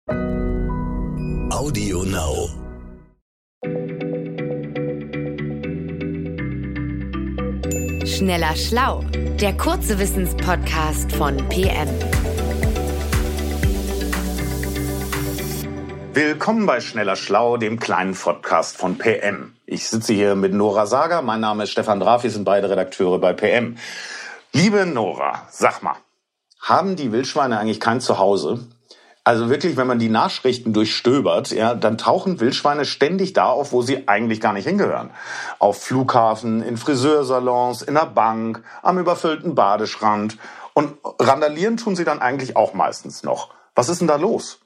Audio Now. Schneller Schlau, der kurze Wissenspodcast von PM. Willkommen bei Schneller Schlau, dem kleinen Podcast von PM. Ich sitze hier mit Nora Sager, mein Name ist Stefan Draf, wir sind beide Redakteure bei PM. Liebe Nora, sag mal, haben die Wildschweine eigentlich kein Zuhause? Also wirklich, wenn man die Nachrichten durchstöbert, ja, dann tauchen Wildschweine ständig da auf, wo sie eigentlich gar nicht hingehören. Auf Flughafen, in Friseursalons, in der Bank, am überfüllten Badestrand. Und randalieren tun sie dann eigentlich auch meistens noch. Was ist denn da los?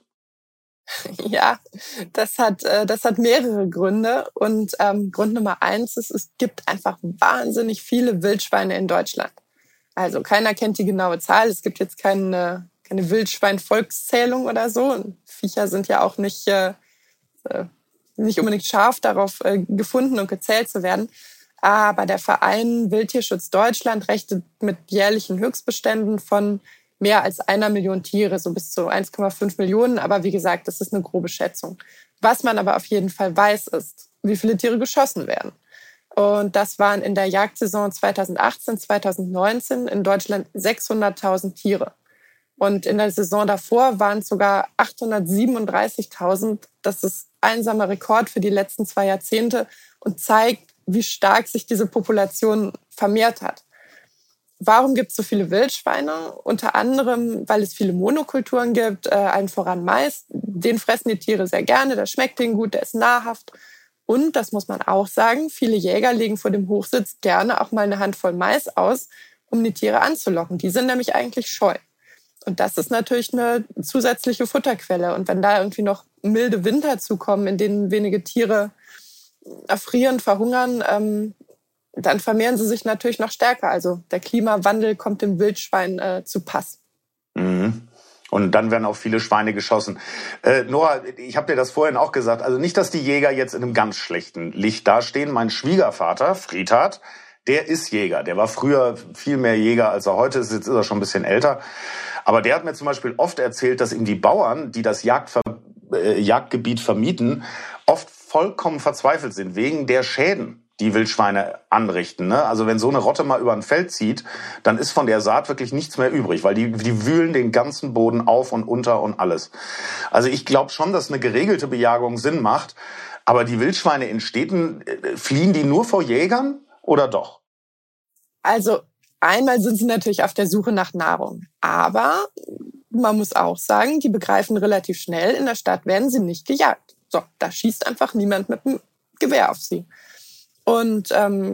Ja, das hat mehrere Gründe. Und Grund Nummer 1 ist, es gibt einfach wahnsinnig viele Wildschweine in Deutschland. Also keiner kennt die genaue Zahl. Es gibt jetzt keine Wildschwein-Volkszählung oder so. Und Viecher sind ja auch nicht unbedingt scharf darauf gefunden und gezählt zu werden. Aber der Verein Wildtierschutz Deutschland rechnet mit jährlichen Höchstbeständen von mehr als 1 Million Tiere, so bis zu 1,5 Millionen. Aber wie gesagt, das ist eine grobe Schätzung. Was man aber auf jeden Fall weiß, ist, wie viele Tiere geschossen werden. Und das waren in der Jagdsaison 2018, 2019 in Deutschland 600.000 Tiere. Und in der Saison davor waren es sogar 837.000. Das ist einsamer Rekord für die letzten 2 Jahrzehnte und zeigt, wie stark sich diese Population vermehrt hat. Warum gibt es so viele Wildschweine? Unter anderem, weil es viele Monokulturen gibt, allen voran Mais. Den fressen die Tiere sehr gerne, der schmeckt denen gut, der ist nahrhaft. Und, das muss man auch sagen, viele Jäger legen vor dem Hochsitz gerne auch mal eine Handvoll Mais aus, um die Tiere anzulocken. Die sind nämlich eigentlich scheu. Und das ist natürlich eine zusätzliche Futterquelle. Und wenn da irgendwie noch milde Winter zukommen, in denen wenige Tiere erfrieren, verhungern, dann vermehren sie sich natürlich noch stärker. Also der Klimawandel kommt dem Wildschwein zu Pass. Mhm. Und dann werden auch viele Schweine geschossen. Nora, ich habe dir das vorhin auch gesagt. Also nicht, dass die Jäger jetzt in einem ganz schlechten Licht dastehen. Mein Schwiegervater, Friedhard, der ist Jäger. Der war früher viel mehr Jäger, als er heute ist. Jetzt ist er schon ein bisschen älter. Aber der hat mir zum Beispiel oft erzählt, dass ihm die Bauern, die das Jagdgebiet vermieten, oft vollkommen verzweifelt sind wegen der Schäden, die Wildschweine anrichten. Ne? Also wenn so eine Rotte mal über ein Feld zieht, dann ist von der Saat wirklich nichts mehr übrig, weil die wühlen den ganzen Boden auf und unter und alles. Also ich glaube schon, dass eine geregelte Bejagung Sinn macht. Aber die Wildschweine in Städten, fliehen die nur vor Jägern oder doch? Also einmal sind sie natürlich auf der Suche nach Nahrung. Aber man muss auch sagen, die begreifen relativ schnell, in der Stadt werden sie nicht gejagt. So, da schießt einfach niemand mit dem Gewehr auf sie. Und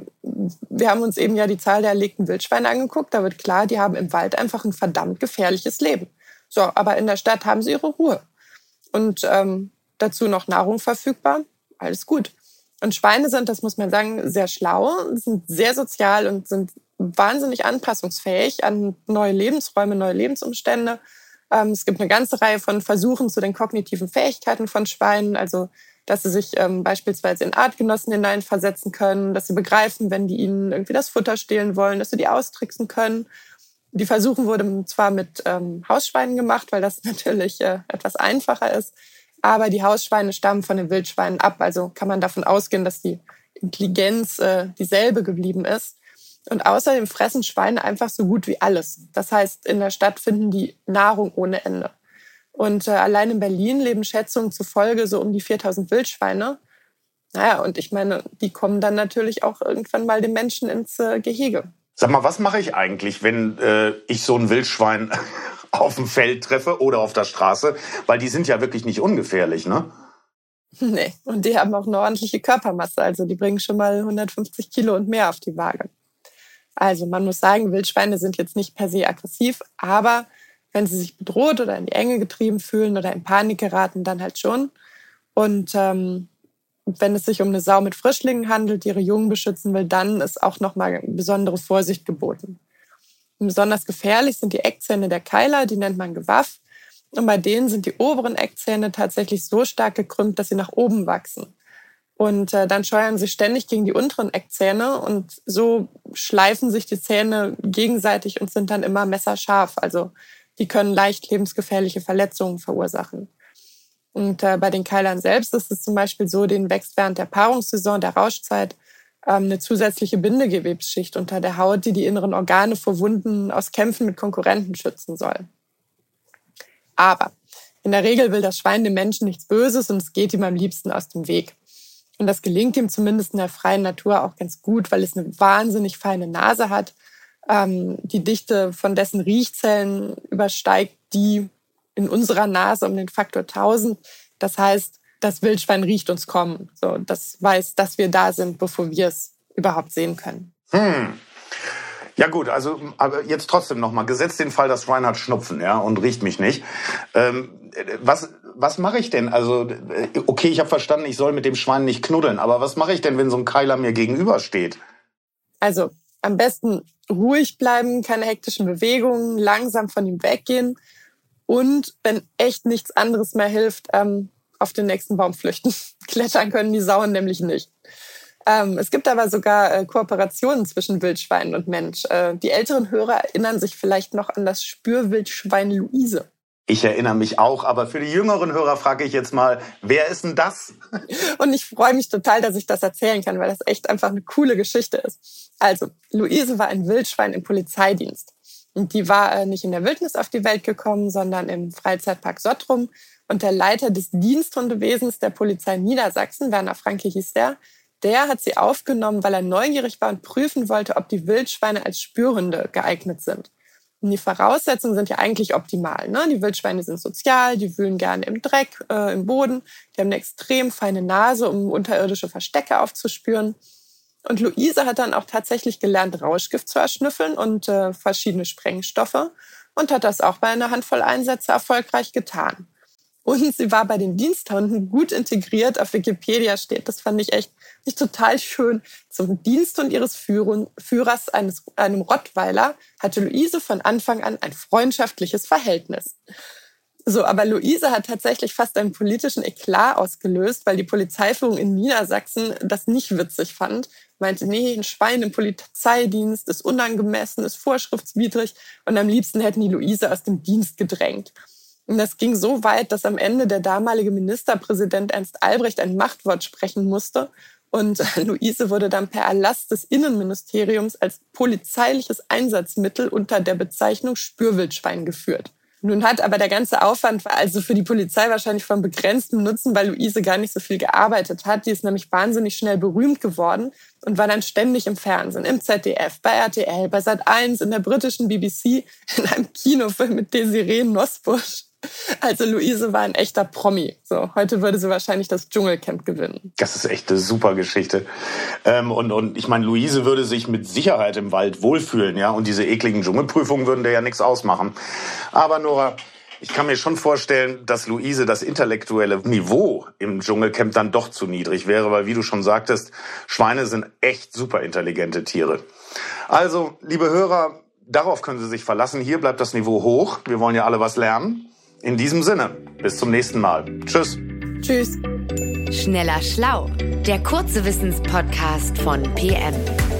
wir haben uns eben ja die Zahl der erlegten Wildschweine angeguckt. Da wird klar, die haben im Wald einfach ein verdammt gefährliches Leben. So, aber in der Stadt haben sie ihre Ruhe. Und dazu noch Nahrung verfügbar. Alles gut. Und Schweine sind, das muss man sagen, sehr schlau, sind sehr sozial und sind wahnsinnig anpassungsfähig an neue Lebensräume, neue Lebensumstände. Es gibt eine ganze Reihe von Versuchen zu den kognitiven Fähigkeiten von Schweinen, also dass sie sich beispielsweise in Artgenossen hineinversetzen können, dass sie begreifen, wenn die ihnen irgendwie das Futter stehlen wollen, dass sie die austricksen können. Die Versuche wurden zwar mit Hausschweinen gemacht, weil das natürlich etwas einfacher ist, aber die Hausschweine stammen von den Wildschweinen ab. Also kann man davon ausgehen, dass die Intelligenz dieselbe geblieben ist. Und außerdem fressen Schweine einfach so gut wie alles. Das heißt, in der Stadt finden die Nahrung ohne Ende. Und allein in Berlin leben Schätzungen zufolge so um die 4.000 Wildschweine. Naja, und ich meine, die kommen dann natürlich auch irgendwann mal den Menschen ins Gehege. Sag mal, was mache ich eigentlich, wenn ich so ein Wildschwein auf dem Feld treffe oder auf der Straße? Weil die sind ja wirklich nicht ungefährlich, ne? Nee, und die haben auch eine ordentliche Körpermasse. Also die bringen schon mal 150 Kilo und mehr auf die Waage. Also man muss sagen, Wildschweine sind jetzt nicht per se aggressiv, aber wenn sie sich bedroht oder in die Enge getrieben fühlen oder in Panik geraten, dann halt schon. Und wenn es sich um eine Sau mit Frischlingen handelt, die ihre Jungen beschützen will, dann ist auch nochmal besondere Vorsicht geboten. Und besonders gefährlich sind die Eckzähne der Keiler, die nennt man Gewaff. Und bei denen sind die oberen Eckzähne tatsächlich so stark gekrümmt, dass sie nach oben wachsen. Und dann scheuern sie ständig gegen die unteren Eckzähne und so schleifen sich die Zähne gegenseitig und sind dann immer messerscharf. Also die können leicht lebensgefährliche Verletzungen verursachen. Und bei den Keilern selbst ist es zum Beispiel so, denen wächst während der Paarungssaison, der Rauschzeit, eine zusätzliche Bindegewebsschicht unter der Haut, die die inneren Organe vor Wunden aus Kämpfen mit Konkurrenten schützen soll. Aber in der Regel will das Schwein dem Menschen nichts Böses und es geht ihm am liebsten aus dem Weg. Und das gelingt ihm zumindest in der freien Natur auch ganz gut, weil es eine wahnsinnig feine Nase hat. Die Dichte von dessen Riechzellen übersteigt die in unserer Nase um den Faktor 1000. Das heißt, das Wildschwein riecht uns kommen. So, das weiß, dass wir da sind, bevor wir es überhaupt sehen können. Ja gut, also aber jetzt trotzdem nochmal, gesetzt den Fall, das Schwein hat Schnupfen, ja, und riecht mich nicht. Was mache ich denn? Also okay, ich habe verstanden, ich soll mit dem Schwein nicht knuddeln, aber was mache ich denn, wenn so ein Keiler mir gegenübersteht? Also am besten ruhig bleiben, keine hektischen Bewegungen, langsam von ihm weggehen und wenn echt nichts anderes mehr hilft, auf den nächsten Baum flüchten. Klettern können die Sauen nämlich nicht. Es gibt aber sogar Kooperationen zwischen Wildschweinen und Mensch. Die älteren Hörer erinnern sich vielleicht noch an das Spürwildschwein Luise. Ich erinnere mich auch, aber für die jüngeren Hörer frage ich jetzt mal, wer ist denn das? Und ich freue mich total, dass ich das erzählen kann, weil das echt einfach eine coole Geschichte ist. Also, Luise war ein Wildschwein im Polizeidienst. Und die war nicht in der Wildnis auf die Welt gekommen, sondern im Freizeitpark Sottrum. Und der Leiter des Diensthundewesens der Polizei Niedersachsen, Werner Franke hieß der hat sie aufgenommen, weil er neugierig war und prüfen wollte, ob die Wildschweine als Spürhunde geeignet sind. Und die Voraussetzungen sind ja eigentlich optimal, ne? Die Wildschweine sind sozial, die wühlen gerne im Dreck, im Boden. Die haben eine extrem feine Nase, um unterirdische Verstecke aufzuspüren. Und Luise hat dann auch tatsächlich gelernt, Rauschgift zu erschnüffeln und verschiedene Sprengstoffe und hat das auch bei einer Handvoll Einsätze erfolgreich getan. Und sie war bei den Diensthunden gut integriert. Auf Wikipedia steht, das fand ich echt nicht total schön. Zum Diensthund ihres Führers, einem Rottweiler, hatte Luise von Anfang an ein freundschaftliches Verhältnis. So, aber Luise hat tatsächlich fast einen politischen Eklat ausgelöst, weil die Polizeiführung in Niedersachsen das nicht witzig fand. Meinte, nee, ein Schwein im Polizeidienst ist unangemessen, ist vorschriftswidrig und am liebsten hätten die Luise aus dem Dienst gedrängt. Und das ging so weit, dass am Ende der damalige Ministerpräsident Ernst Albrecht ein Machtwort sprechen musste. Und Luise wurde dann per Erlass des Innenministeriums als polizeiliches Einsatzmittel unter der Bezeichnung Spürwildschwein geführt. Nun hat aber der ganze Aufwand war also für die Polizei wahrscheinlich von begrenztem Nutzen, weil Luise gar nicht so viel gearbeitet hat. Die ist nämlich wahnsinnig schnell berühmt geworden und war dann ständig im Fernsehen, im ZDF, bei RTL, bei Sat.1, in der britischen BBC, in einem Kinofilm mit Desiree Nosbusch. Also Luise war ein echter Promi. So, heute würde sie wahrscheinlich das Dschungelcamp gewinnen. Das ist echt eine super Geschichte. Und ich meine, Luise würde sich mit Sicherheit im Wald wohlfühlen, ja. Und diese ekligen Dschungelprüfungen würden der ja nichts ausmachen. Aber Nora, ich kann mir schon vorstellen, dass Luise das intellektuelle Niveau im Dschungelcamp dann doch zu niedrig wäre, weil, wie du schon sagtest, Schweine sind echt super intelligente Tiere. Also, liebe Hörer, darauf können Sie sich verlassen. Hier bleibt das Niveau hoch. Wir wollen ja alle was lernen. In diesem Sinne, bis zum nächsten Mal. Tschüss. Tschüss. Schneller Schlau, der kurze Wissenspodcast von PM.